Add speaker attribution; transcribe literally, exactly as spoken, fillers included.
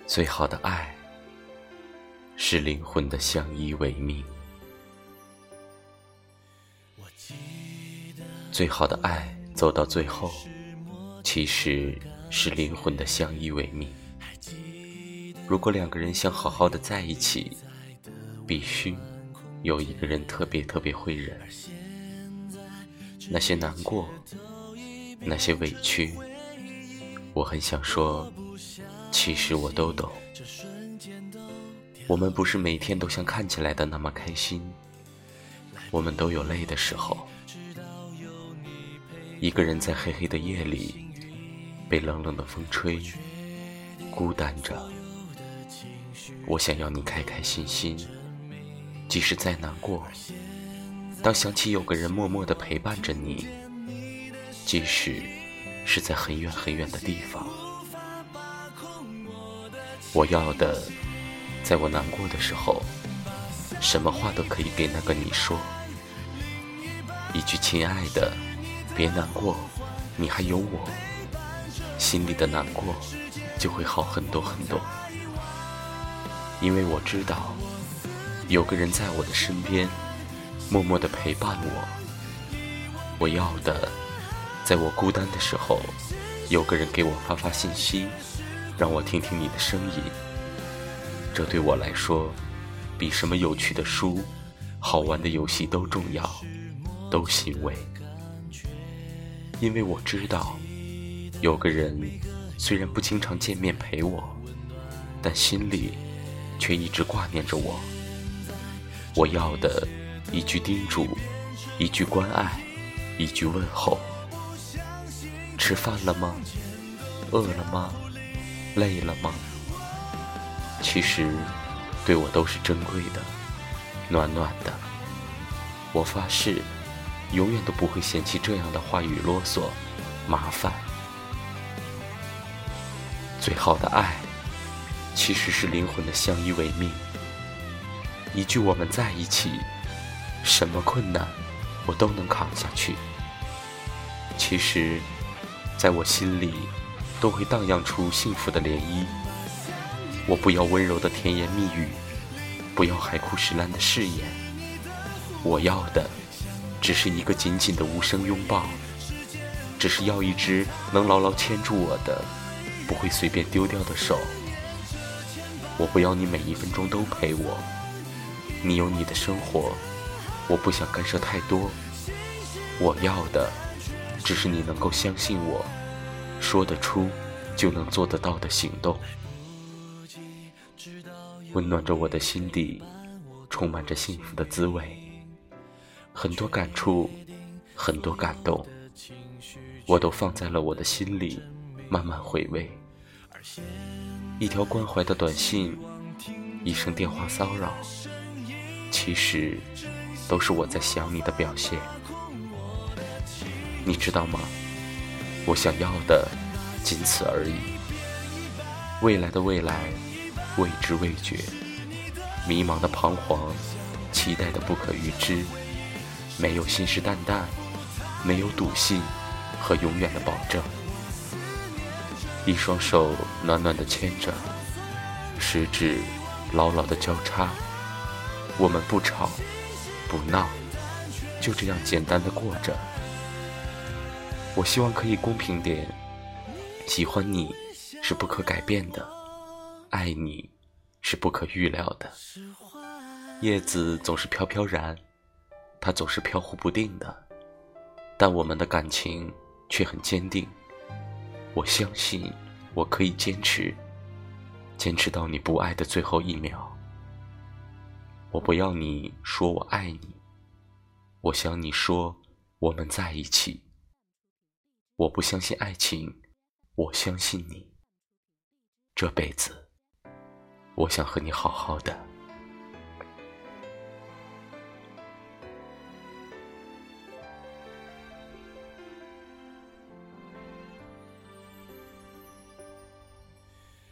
Speaker 1: 最好的爱是灵魂的相依为命，最好的爱走到最后其实是灵魂的相依为命。如果两个人想好好的在一起，必须有一个人特别特别会忍，那些难过，那些委屈，我很想说，其实我都懂。我们不是每天都像看起来的那么开心，我们都有累的时候。一个人在黑黑的夜里，被冷冷的风吹，孤单着。我想要你开开心心，即使再难过，当想起有个人默默地陪伴着你，即使是在很远很远的地方。我要的，在我难过的时候，什么话都可以给那个你说，一句亲爱的，别难过，你还有我，心里的难过就会好很多很多。因为我知道，有个人在我的身边，默默地陪伴我。我要的，在我孤单的时候，有个人给我发发信息，让我听听你的声音。这对我来说，比什么有趣的书、好玩的游戏都重要，都欣慰。因为我知道，有个人虽然不经常见面陪我，但心里却一直挂念着我。我要的一句叮嘱，一句关爱，一句问候。吃饭了吗？饿了吗？累了吗？其实对我都是珍贵的，暖暖的。我发誓永远都不会嫌弃这样的话语啰嗦麻烦。最好的爱其实是灵魂的相依为命，一句我们在一起，什么困难我都能扛下去。其实在我心里都会荡漾出幸福的涟漪。我不要温柔的甜言蜜语，不要海枯石烂的誓言，我要的只是一个紧紧的无声拥抱，只是要一只能牢牢牵住我的，不会随便丢掉的手。我不要你每一分钟都陪我，你有你的生活，我不想干涉太多。我要的只是你能够相信我，说得出就能做得到的行动。温暖着我的心底，充满着幸福的滋味，很多感触，很多感动，我都放在了我的心里，慢慢回味。一条关怀的短信，一声电话骚扰，其实都是我在想你的表现。你知道吗？我想要的仅此而已。未来的未来，未知未觉，迷茫的彷徨，期待的不可预知，没有信誓旦旦，没有笃信和永远的保证。一双手暖暖的牵着，食指牢牢的交叉，我们不吵不闹，就这样简单的过着。我希望可以公平点，喜欢你是不可改变的，爱你是不可预料的。叶子总是飘飘然，它总是飘忽不定的，但我们的感情却很坚定。我相信我可以坚持，坚持到你不爱的最后一秒。我不要你说我爱你，我想你说我们在一起。我不相信爱情，我相信你。这辈子，我想和你好好的。